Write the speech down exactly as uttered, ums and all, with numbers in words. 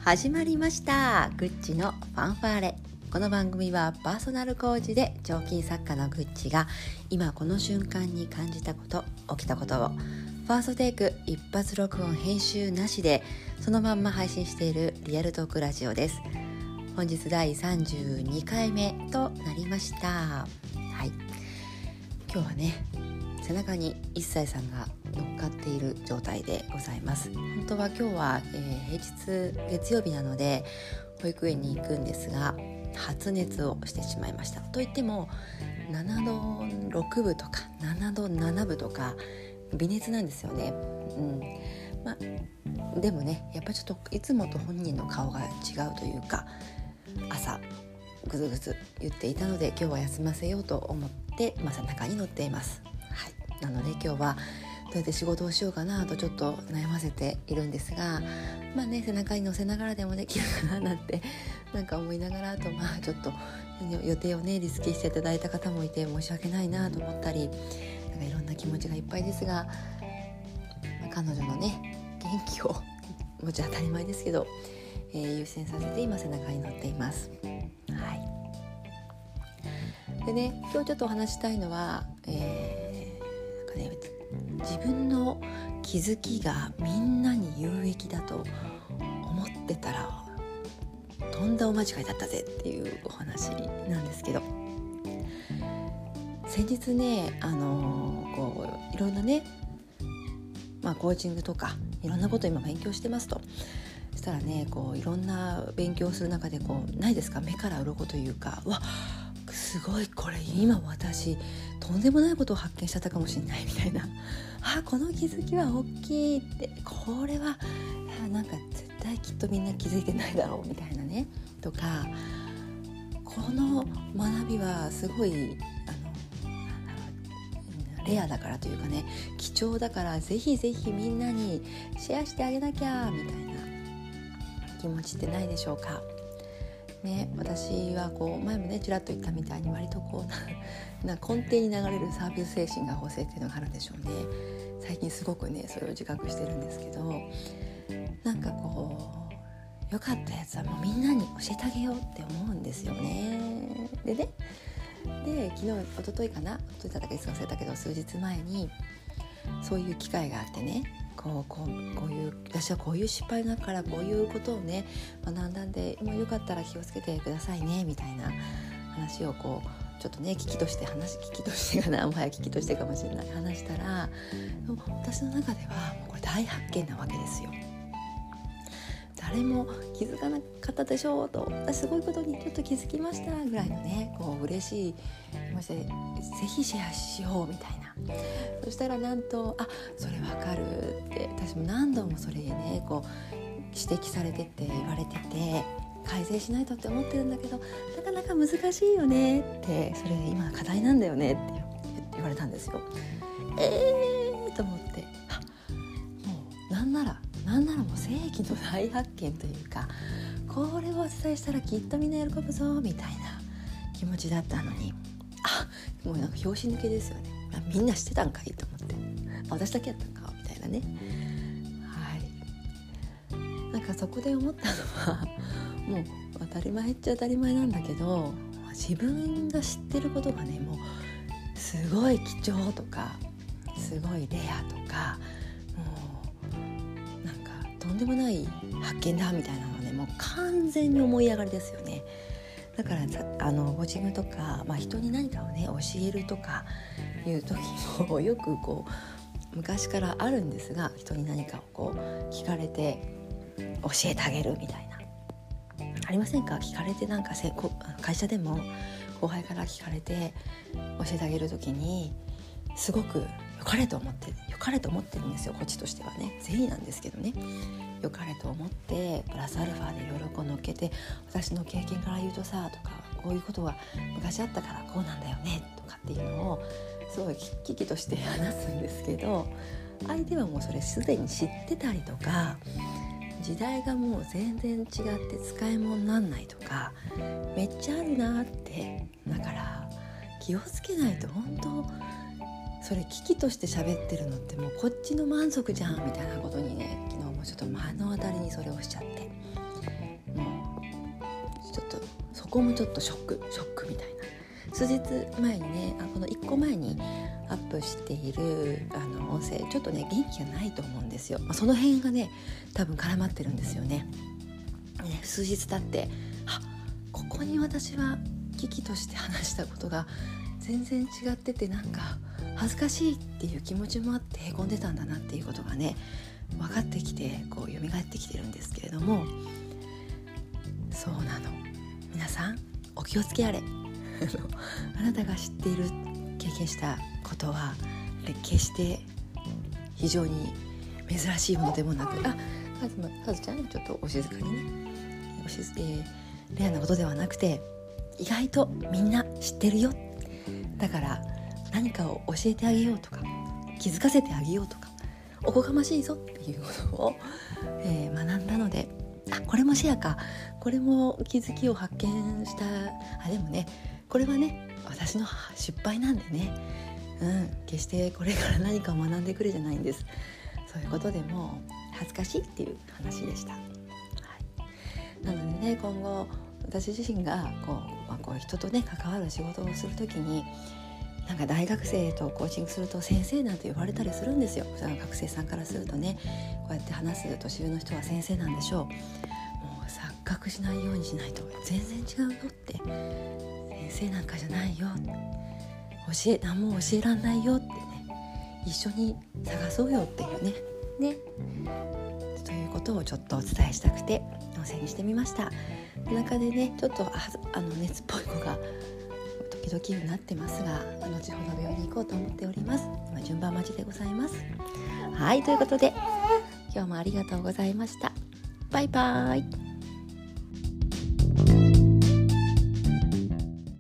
始まりました。グッチのファンファーレ。この番組はパーソナルコーチで彫金作家のグッチが今この瞬間に感じたこと、起きたことをファーストテイク一発録音編集なしでそのまんま配信しているリアルトークラジオです。本日だいさんじゅうにかいめとなりました。はい、今日はね、背中に一歳さんが乗っかっている状態でございます。本当は今日は、えー、平日月曜日なので保育園に行くんですが、発熱をしてしまいました。といってもななどろくぶとかななどななぶとか微熱なんですよね。うんまあ、でもね、やっぱりちょっといつもと本人の顔が違うというか、朝ぐずぐず言っていたので今日は休ませようと思って、まあ、背中に乗っています。はい、なので今日はどうやって仕事をしようかなとちょっと悩ませているんですが、まあね、背中に乗せながらでもできるかななんてなんか思いながら、あとまあちょっと予定をねリスケしていただいた方もいて申し訳ないなと思ったり、なんかいろんな気持ちがいっぱいですが、まあ、彼女のね元気をもちろん当たり前ですけど、えー、優先させて今背中に乗っています。はい。でね、今日ちょっとお話したいのは、えー、なんかね、自分の気づきがみんなに有益だと思ってたらとんだお間違いだったぜっていうお話なんですけど、先日ね、あのー、こういろんなね、まあ、コーチングとかいろんなこと今勉強してますと。そしたらね、こういろんな勉強する中でこうないですか、目から鱗というか、わすごい、これ今私とんでもないことを発見しちゃったかもしれないみたいな、あこの気づきは大きいって、これはなんか絶対きっとみんな気づいてないだろうみたいなね、とか、この学びはすごいあのなんだろう、レアだからというかね、貴重だからぜひぜひみんなにシェアしてあげなきゃみたいな気持ちってないでしょうかね。私はこう前もねちらっと言ったみたいに、割とこうな根底に流れるサービス精神が旺盛っていうのがあるんでしょうね。最近すごくねそれを自覚してるんですけど、なんかこう良かったやつはもうみんなに教えてあげようって思うんですよね。でね、で昨日一昨日かな、一昨日だったかいつか忘れたけど、数日前にそういう機会があってね、こうこうこういう私はこういう失敗だからこういうことをね学んだんで、もうよかったら気をつけてくださいねみたいな話をこうちょっとね聞きとして話聞きとしてかな、もはや聞きとしてかもしれない話したら、私の中ではもうこれ大発見なわけですよ。誰も気づかなかったでしょうと、私すごいことにちょっと気づきましたぐらいのね、こう嬉しい気持ちでぜひシェアしようみたいな。そしたらなんと、あそれわかるって、私も何度もそれねこう指摘されてって言われてて、改善しないとって思ってるんだけどなかなか難しいよねって、それ今課題なんだよねって言われたんですよ。えーと思って、あもうなんならなんならもう世紀の大発見というか、これをお伝えしたらきっとみんな喜ぶぞみたいな気持ちだったのに、あもうなんか拍子抜けですよね。みんなしてたんかいと思って、私だけやったんかみたいなね。はい、なんかそこで思ったのは、もう当たり前っちゃ当たり前なんだけど、自分が知ってることがねもうすごい貴重とかすごいレアとか、もうなんかとんでもない発見だみたいなのね、もう完全に思い上がりですよね。だからあのコーチングとか、まあ、人に何かをね教えるとかいう時もよくこう昔からあるんですが、人に何かをこう聞かれて教えてあげるみたいな、ありませんか？聞かれて、なんかせ会社でも後輩から聞かれて教えてあげる時にすごく良かれと思って良かれと思ってるんですよ、こっちとしてはね。善意なんですけどね、良かれと思ってプラスアルファでいろいろこう乗っけて、私の経験から言うとさとか、こういうことが昔あったからこうなんだよねとかっていうのをすごい危機として話すんですけど、相手はもうそれすでに知ってたりとか、時代がもう全然違って使い物になんないとかめっちゃあるなって。だから気をつけないと、本当それ危機として喋ってるのってもうこっちの満足じゃんみたいなことにね、昨日もちょっと目の当たりにそれをしちゃって、 こもちょっとショックショックみたいな。数日前にね、あこのいっこまえにアップしているあの音声ちょっとね元気がないと思うんですよ、まあ、その辺がね多分絡まってるんですよね。ね、数日経ってあここに私は危機として話したことが全然違ってて、なんか恥ずかしいっていう気持ちもあってへこんでたんだなっていうことがね分かってきてこう蘇ってきてるんですけれども、そうなの、皆さんお気をつけあれあなたが知っている経験したことは決して非常に珍しいものでもなく、あ、カズマ、カズちゃんちょっとお静かにね、おしず、えー、レアなことではなくて意外とみんな知ってるよ。だから何かを教えてあげようとか気づかせてあげようとかおこがましいぞっていうことを、えー、学んだので、あ、これもシェアか、これも気づきを発見した。あ、でもねこれはね私の失敗なんでね、うん、決してこれから何かを学んでくれじゃないんです。そういうことでも恥ずかしいっていう話でした、はい、なのでね今後私自身がこう、まあ、こう人とね関わる仕事をするときになんか大学生とコーチングすると先生なんて呼ばれたりするんですよ。その学生さんからするとねこうやって話す年上の人は先生なんでしょう。もう錯覚しないようにしないと全然違うよって、先生なんかじゃないよ、教え何も教えらんないよってね、一緒に探そうよっていうねねということをちょっとお伝えしたくて音声にしてみました。中でねちょっと あ, あの熱っぽい子が時々になってますが、後ほど病院に行こうと思っております。今順番待ちでございます。はい、ということで今日もありがとうございました。バイバイ。